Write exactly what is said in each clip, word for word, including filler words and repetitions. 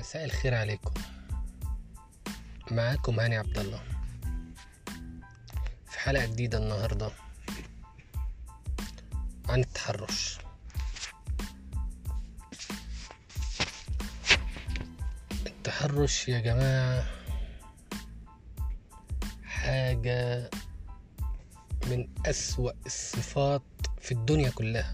مساء الخير عليكم. معاكم هاني عبد الله في حلقة جديدة النهاردة عن التحرش. التحرش يا جماعة حاجة من أسوأ الصفات في الدنيا كلها.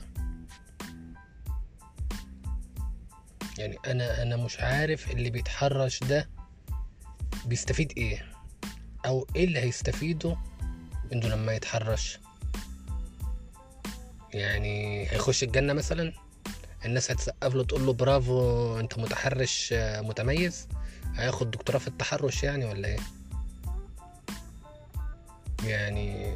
يعني أنا أنا مش عارف اللي بيتحرش ده بيستفيد إيه، أو إيه اللي هيستفيده إنه لما يتحرش. يعني هيخش الجنة مثلا، الناس هتسقف له تقول له برافو أنت متحرش متميز، هياخد دكتوراه في التحرش يعني ولا إيه؟ يعني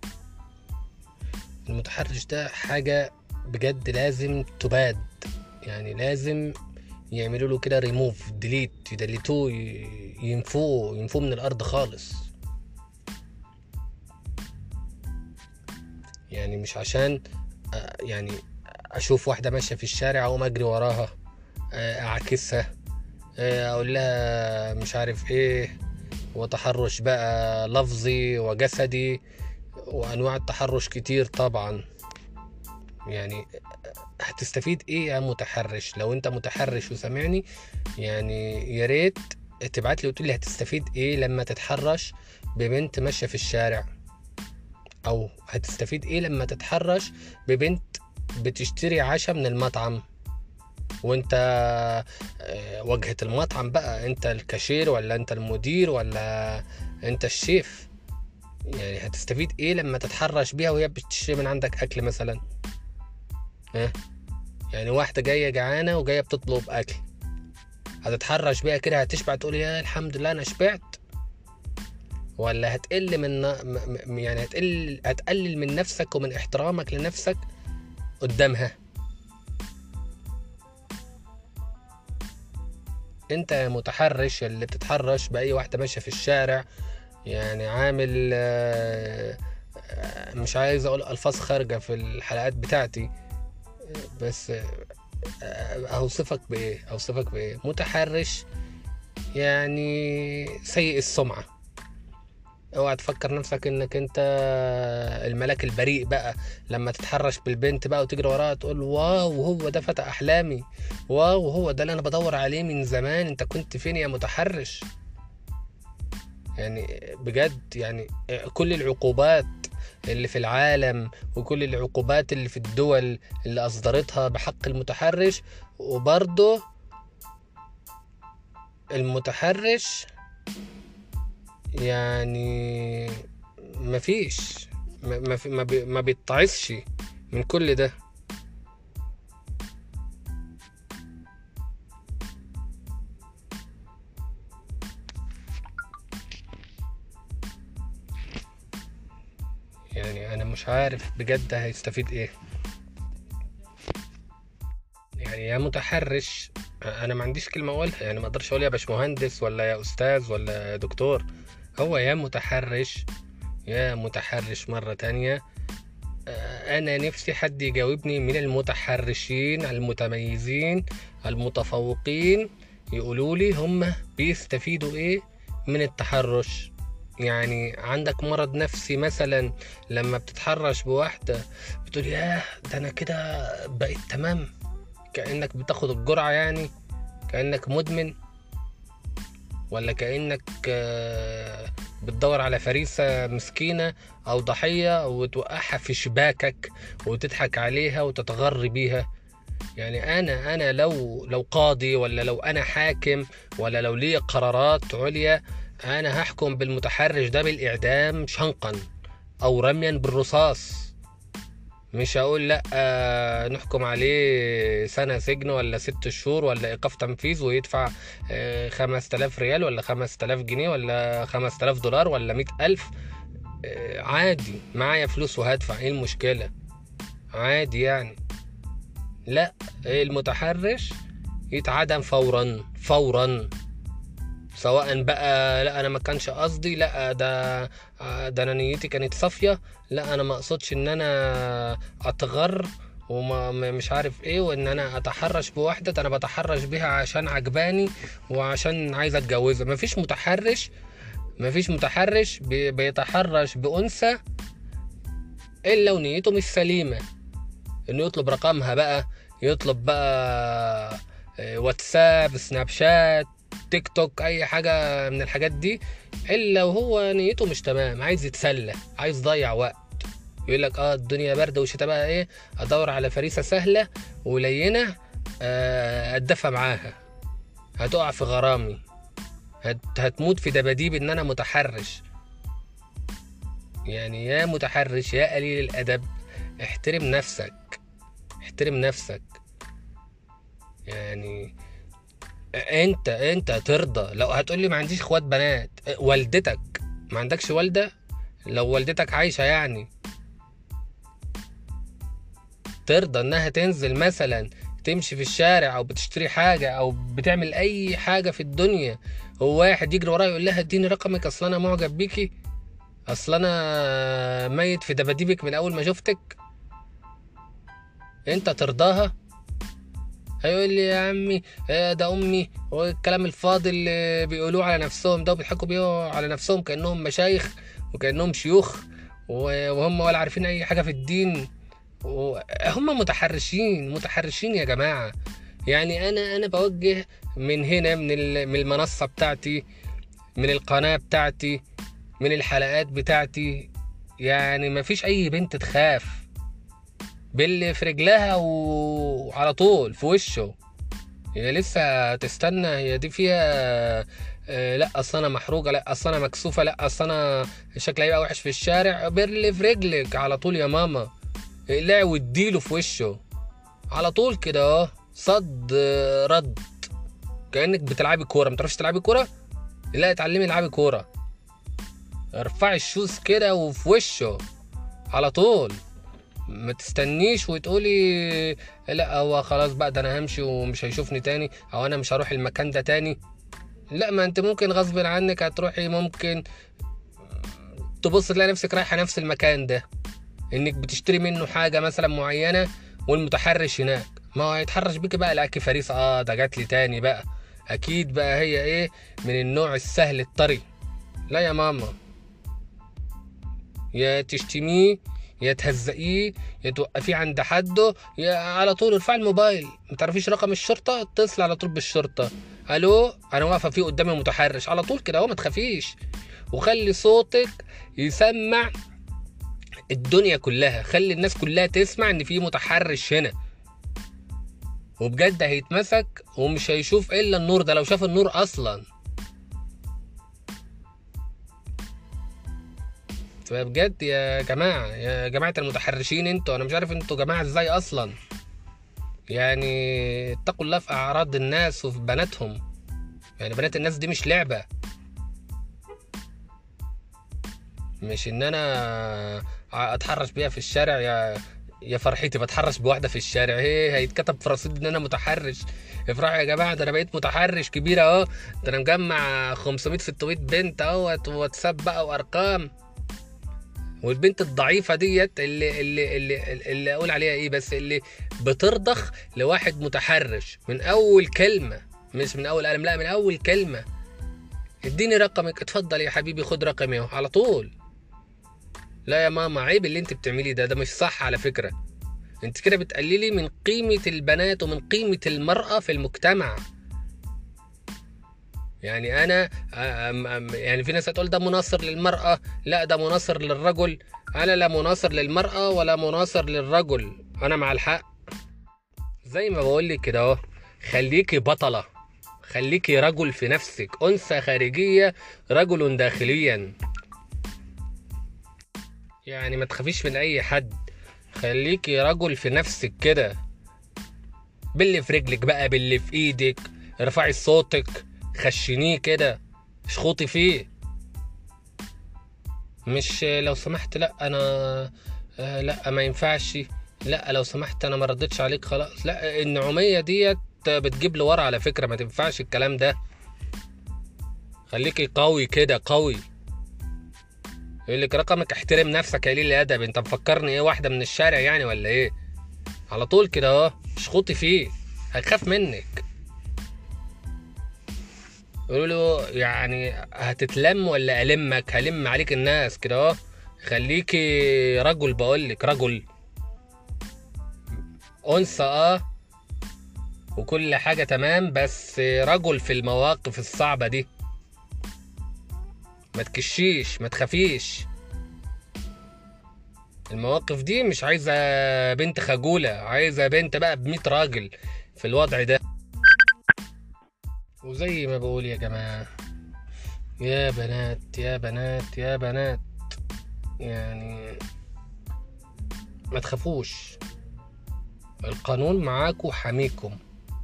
المتحرش ده حاجة بجد لازم تباد، يعني لازم يعملوا له كده ريموف ديليت، يدلتوه، ينفوه ينفوه من الارض خالص. يعني مش عشان يعني اشوف واحده ماشيه في الشارع اقوم اجري وراها اعكسها اقول لها مش عارف ايه، وتحرش بقى لفظي وجسدي وانواع التحرش كتير طبعا. يعني هتستفيد ايه يا متحرش؟ لو انت متحرش وسامعني يعني يا ريت تبعت لي وتقول لي هتستفيد ايه لما تتحرش ببنت ماشيه في الشارع، او هتستفيد ايه لما تتحرش ببنت بتشتري عشاء من المطعم وانت واجهة المطعم بقى، انت الكاشير ولا انت المدير ولا انت الشيف. يعني هتستفيد ايه لما تتحرش بيها وهي بتشتري من عندك اكل مثلا؟ ها؟ يعني واحدة جاية جعانة وجاية بتطلب اكل، هتتحرش بيها كده هتشبع تقول يا الحمد لله انا شبعت؟ ولا هتقل من يعني هتقل هتقلل من نفسك ومن احترامك لنفسك قدامها؟ انت يا متحرش اللي بتتحرش باي واحدة ماشية في الشارع، يعني عامل مش عايز اقول الفاظ خارجة في الحلقات بتاعتي، بس اوصفك بايه اوصفك بايه متحرش يعني سيء السمعة. اوعى تفكر نفسك انك انت الملاك البريء بقى لما تتحرش بالبنت بقى وتجري وراها تقول واو هو ده فتى احلامي، واو هو ده اللي انا بدور عليه من زمان، انت كنت فين يا متحرش؟ يعني بجد يعني كل العقوبات اللي في العالم وكل العقوبات اللي في الدول اللي اصدرتها بحق المتحرش، وبرضه المتحرش يعني مفيش ما ما ما بيتعصش من كل ده. يعني انا مش عارف بجد هيستفيد ايه. يعني يا متحرش انا ما عنديش كلمه اقولها، يعني ما اقدرش اقول يا باشمهندس ولا يا استاذ ولا يا دكتور، هو يا متحرش يا متحرش مره تانية. انا نفسي حد يجاوبني من المتحرشين المتميزين المتفوقين، يقولوا لي هم بيستفيدوا ايه من التحرش. يعني عندك مرض نفسي مثلا لما بتتحرش بواحدة بتقول ياه ده انا كده بقيت تمام، كأنك بتاخد الجرعة، يعني كأنك مدمن، ولا كأنك بتدور على فريسة مسكينة أو ضحية وتوقعها في شباكك وتضحك عليها وتتغر بيها. يعني أنا أنا لو لو قاضي ولا لو أنا حاكم ولا لو لي قرارات عليا، أنا هحكم بالمتحرش ده بالإعدام شنقا أو رميا بالرصاص. مش هقول لا آه نحكم عليه سنة سجن ولا ست شهور ولا إيقاف تنفيذ ويدفع آه خمس تلاف ريال ولا خمس تلاف جنيه ولا خمس تلاف دولار ولا مئة ألف. آه عادي، معايا فلوس وهدفع، ايه المشكلة؟ عادي يعني. لا، المتحرش يتعدم فورا فورا، سواء بقى لا انا ما كانش قصدي، لا ده ده انا نيتي كانت صافيه، لا انا ما اقصدش ان انا اتغر ومش عارف ايه، وان انا اتحرش بواحده ده انا بتحرش بيها عشان عجباني وعشان عايز اتجوزها. مفيش متحرش مفيش متحرش بي- بيتحرش بانثى الا ونيته مش سليمه، انه يطلب رقمها بقى، يطلب بقى آه، واتساب، سناب شات، تيك توك، اي حاجه من الحاجات دي، الا وهو نيته مش تمام، عايز يتسلى، عايز يضيع وقت. يقول لك اه الدنيا برد وشتا بقى ايه، ادور على فريسه سهله ولينه، آه، اتدفى معاها، هتقع في غرامي، هت هتموت في دباديب ان انا متحرش. يعني يا متحرش يا قليل الادب، احترم نفسك، احترم نفسك. يعني انت انت ترضى لو هتقولي ما عنديش اخوات بنات، والدتك ما عندكش والده؟ لو والدتك عايشه يعني ترضى انها تنزل مثلا تمشي في الشارع او بتشتري حاجه او بتعمل اي حاجه في الدنيا، هو واحد يجري وراها يقول لها اديني رقمك اصل انا معجب بيكي، اصل انا ميت في دباديبك من اول ما شفتك؟ انت ترضاها؟ هيقول لي يا عمي آه ده امي، والكلام الفاضي اللي بيقولوه على نفسهم ده وبيضحكوا بيه على نفسهم كانهم مشايخ وكانهم شيوخ، وهم ولا عارفين اي حاجه في الدين. هم متحرشين متحرشين يا جماعه. يعني انا انا بوجه من هنا، من من المنصه بتاعتي، من القناه بتاعتي، من الحلقات بتاعتي، يعني مفيش اي بنت تخاف باللي في رجلها وعلى طول في وشه. هي لسه تستنى؟ هي دي فيها آه لا اصل انا محروقه، لا اصل انا مكسوفه، لا اصل انا شكلي هيبقى وحش في الشارع، باللي في رجلك على طول يا ماما، اقلعي واديله في وشه على طول كده اهو، صد آه، رد، كانك بتلعبي كوره. ما تعرفش تلعبي كوره؟ لا اتعلمي العبي كوره، ارفعي الشوز كده وفي وشه على طول. ما تستنيش وتقولي لا هو خلاص بقى ده انا همشي ومش هيشوفني تاني، او انا مش هروح المكان ده تاني. لا، ما انت ممكن غصب عنك هتروحي، ممكن تبص تلاقي نفسك رايحه نفس المكان ده، انك بتشتري منه حاجه مثلا معينه والمتحرش هناك، ما هو هيتحرش بيك بقى، الاكي فريسه، اه ده جات لي تاني بقى، اكيد بقى هي ايه، من النوع السهل الطري. لا يا ماما، يا تشتميه يا تهزقيه يا توقفيه عند حده، يا على طول ارفع الموبايل. ما تعرفيش رقم الشرطه؟ اتصل على طول بالشرطه، الو انا واقفه فيه قدامي متحرش، على طول كده اهو، ما تخافيش، وخلي صوتك يسمع الدنيا كلها، خلي الناس كلها تسمع ان في متحرش هنا، وبجد هيتمسك ومش هيشوف الا النور ده لو شاف النور اصلا. فبجد يا جماعه، يا جماعه المتحرشين انتوا، انا مش عارف انتوا جماعه ازاي اصلا. يعني اتقوا الله في اعراض الناس وفي بناتهم، يعني بنات الناس دي مش لعبه، مش ان انا اتحرش بيها في الشارع. يا يا فرحتي بتحرش بواحده في الشارع، ايه هيتكتب في رصيد ان انا متحرش؟ افرحوا يا جماعه، ده انا بقيت متحرش كبير اهو، ده انا مجمع خمسمية ستمية بنت اهوت، واتساب بقى وارقام. والبنت الضعيفه ديت اللي اللي اللي اللي اقول عليها ايه، بس اللي بترضخ لواحد متحرش من اول كلمه، مش من اول قلم، لا من اول كلمه، اديني رقمك، اتفضل يا حبيبي خد رقمي اهو على طول. لا يا ماما، عيب اللي انت بتعمليه ده، ده مش صح على فكره، انت كده بتقللي من قيمه البنات ومن قيمه المراه في المجتمع. يعني انا أم أم يعني في ناس هتقول ده مناصر للمرأة، لا ده مناصر للرجل. انا لا مناصر للمرأة ولا مناصر للرجل، انا مع الحق. زي ما بقولك كده اهو، خليكي بطلة، خليكي رجل في نفسك، انثى خارجية رجل داخليا. يعني ما تخافيش من اي حد، خليكي رجل في نفسك كده، باللي في رجلك بقى باللي في ايدك، ارفعي صوتك، خشنيه كده، اشخطي فيه، مش لو سمحت لا انا آه لا ما ينفعش، لا لو سمحت انا ما ردتش عليك خلاص، لا النعوميه ديت بتجيب لورا على فكره، ما تنفعش الكلام ده. خليكي قوي كده، قوي. يقول لك رقمك، احترم نفسك يا قليل الادب، انت مفكرني ايه، واحده من الشارع يعني ولا ايه؟ على طول كده اهو اشخطي فيه، هيخاف منك. يقولوا له يعني هتتلم ولا ألمك؟ هلم عليك الناس كده اهو. خليكي رجل، بقولك رجل. أنثى اه وكل حاجة تمام، بس رجل في المواقف الصعبة دي. ما تكشيش، ما تخافيش. المواقف دي مش عايزة بنت خجولة، عايزة بنت بقى بمية راجل في الوضع ده. وزي ما بقول يا جماعة، يا بنات يا بنات يا بنات، يعني ما تخافوش، القانون معاكو حاميكم.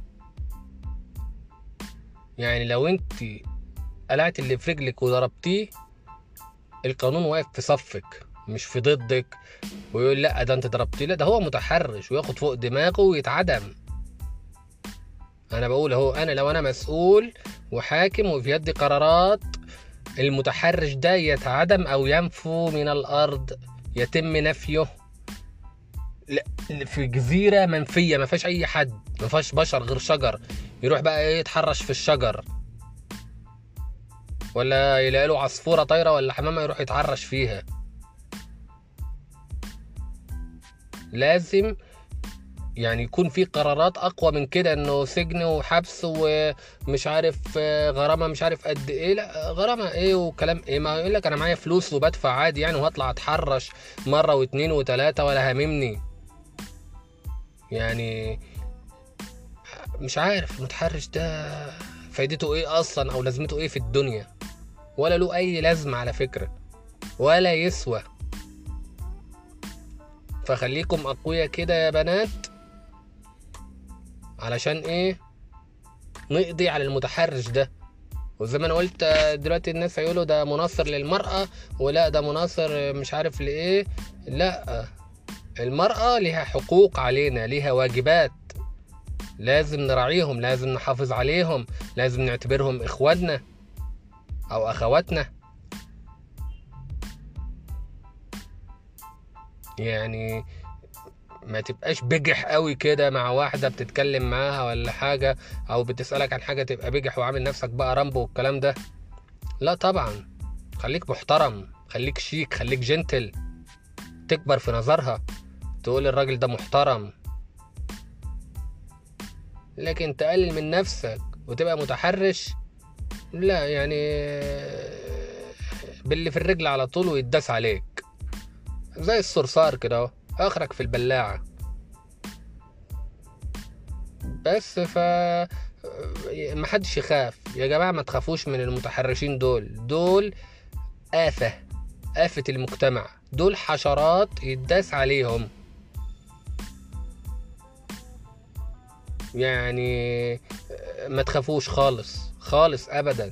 يعني لو انت قلعت اللي في رجلك وضربتيه، القانون واقف في صفك مش في ضدك، ويقول لا ده انت ضربتيه، لا ده هو متحرش وياخد فوق دماغه ويتعدم. انا بقول اهو، انا لو انا مسؤول وحاكم وفي يدي قرارات، المتحرش ده يتعدم او ينفو من الارض، يتم نفيه. لا، في جزيره منفيه ما فيهاش اي حد، ما فيهاش بشر غير شجر، يروح بقى ايه يتحرش في الشجر، ولا يلاقي له عصفوره طايره ولا حمامه يروح يتحرش فيها. لازم يعني يكون في قرارات اقوى من كده، انه سجن وحبس ومش عارف آه، غرامه مش عارف قد ايه. لا غرامه ايه وكلام ايه، ما يقول لك انا معايا فلوس وبدفع عادي يعني، وهطلع اتحرش مره واتنين وتلاته ولا هاممني. يعني مش عارف المتحرش ده فايدته ايه اصلا او لازمته ايه في الدنيا، ولا له اي لازمه على فكره، ولا يسوى. فخليكم اقوياء كده يا بنات، علشان ايه؟ نقضي على المتحرش ده. وزي ما انا قلت دلوقتي، الناس هيقولوا ده مناصر للمرأة، ولا ده مناصر مش عارف لإيه. لا، المرأة ليها حقوق علينا، ليها واجبات، لازم نراعيهم، لازم نحافظ عليهم، لازم نعتبرهم إخواتنا أو أخواتنا. يعني ما تبقاش بجح قوي كده مع واحدة بتتكلم معاها ولا حاجة، أو بتسألك عن حاجة تبقى بجح وعامل نفسك بقى رامبو والكلام ده. لا طبعا، خليك محترم، خليك شيك، خليك جنتل، تكبر في نظرها، تقول الراجل ده محترم. لكن تقلل من نفسك وتبقى متحرش، لا يعني باللي في الرجل على طول ويتداس عليك زي الصرصار كده اهو، اخرك في البلاعة. بس ف محدش يخاف يا جماعة، ما تخافوش من المتحرشين دول. دول آفة، آفة المجتمع، دول حشرات يتداس عليهم. يعني ما تخافوش خالص خالص ابدا.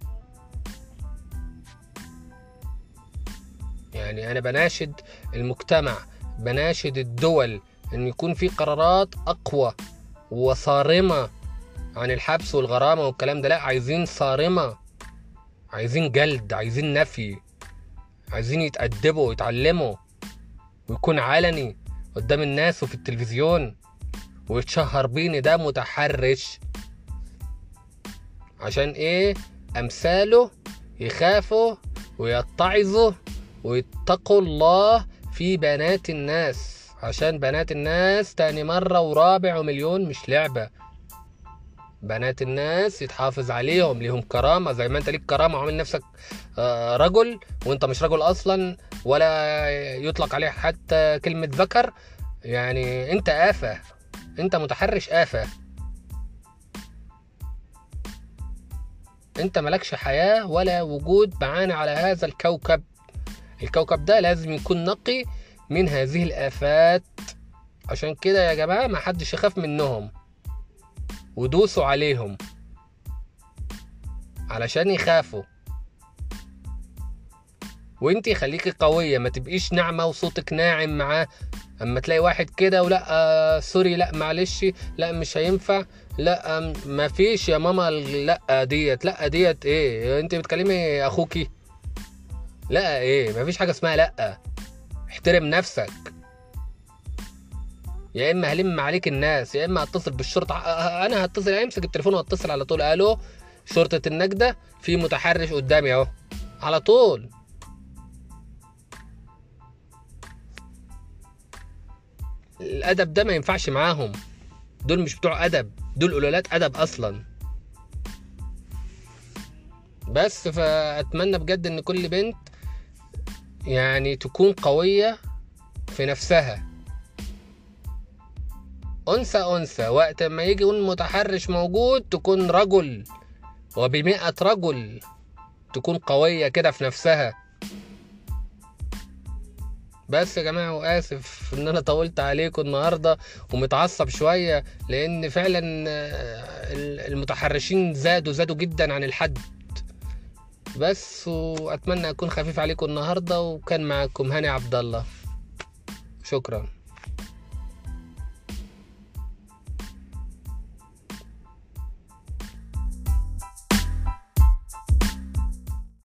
يعني انا بناشد المجتمع، بناشد الدول، ان يكون في قرارات اقوى وصارمة عن الحبس والغرامة والكلام ده. لا، عايزين صارمة، عايزين جلد، عايزين نفي، عايزين يتأدبوا ويتعلموا، ويكون علني قدام الناس وفي التلفزيون، ويتشهر بيه ده متحرش. عشان ايه؟ امثاله يخافوا ويتعظوا ويتقوا الله في بنات الناس، عشان بنات الناس تاني مرة ورابع ومليون مش لعبة. بنات الناس يتحافظ عليهم، ليهم كرامة زي ما انت ليك كرامة وعامل نفسك رجل وانت مش رجل اصلا، ولا يطلق عليه حتى كلمة ذكر. يعني انت آفة، انت متحرش آفة، انت ملكش حياة ولا وجود معانا على هذا الكوكب. الكوكب ده لازم يكون نقي من هذه الآفات. عشان كده يا جماعة ما حدش يخاف منهم، ودوسوا عليهم علشان يخافوا. وانتي خليكي قوية، ما تبقيش ناعمة وصوتك ناعم معاه. اما تلاقي واحد كده ولا آه سوري لا معلش لا مش هينفع لا آه ما فيش يا ماما، لا ديت لا ديت ايه، انت بتكلمي اخوكي؟ لا ايه، ما فيش حاجة اسمها لا، احترم نفسك يا اما هلم عليك الناس، يا اما هتصل بالشرطه. انا هتصل، امسك التليفون واتصل على طول. الو شرطه النجده، في متحرش قدامي اهو، على طول. الادب ده ما ينفعش معاهم، دول مش بتوع ادب، دول قلالات ادب اصلا. بس فاتمنى بجد ان كل بنت يعني تكون قوية في نفسها. انثى انثى وقت ما يجي يكون متحرش موجود تكون رجل وبمئة رجل، تكون قوية كده في نفسها. بس يا جماعة، وآسف ان انا طولت عليكم النهاردة ومتعصب شوية، لان فعلا المتحرشين زادوا زادوا جدا عن الحد. بس واتمنى اكون خفيف عليكم النهاردة، وكان معكم هاني عبد الله. شكرا.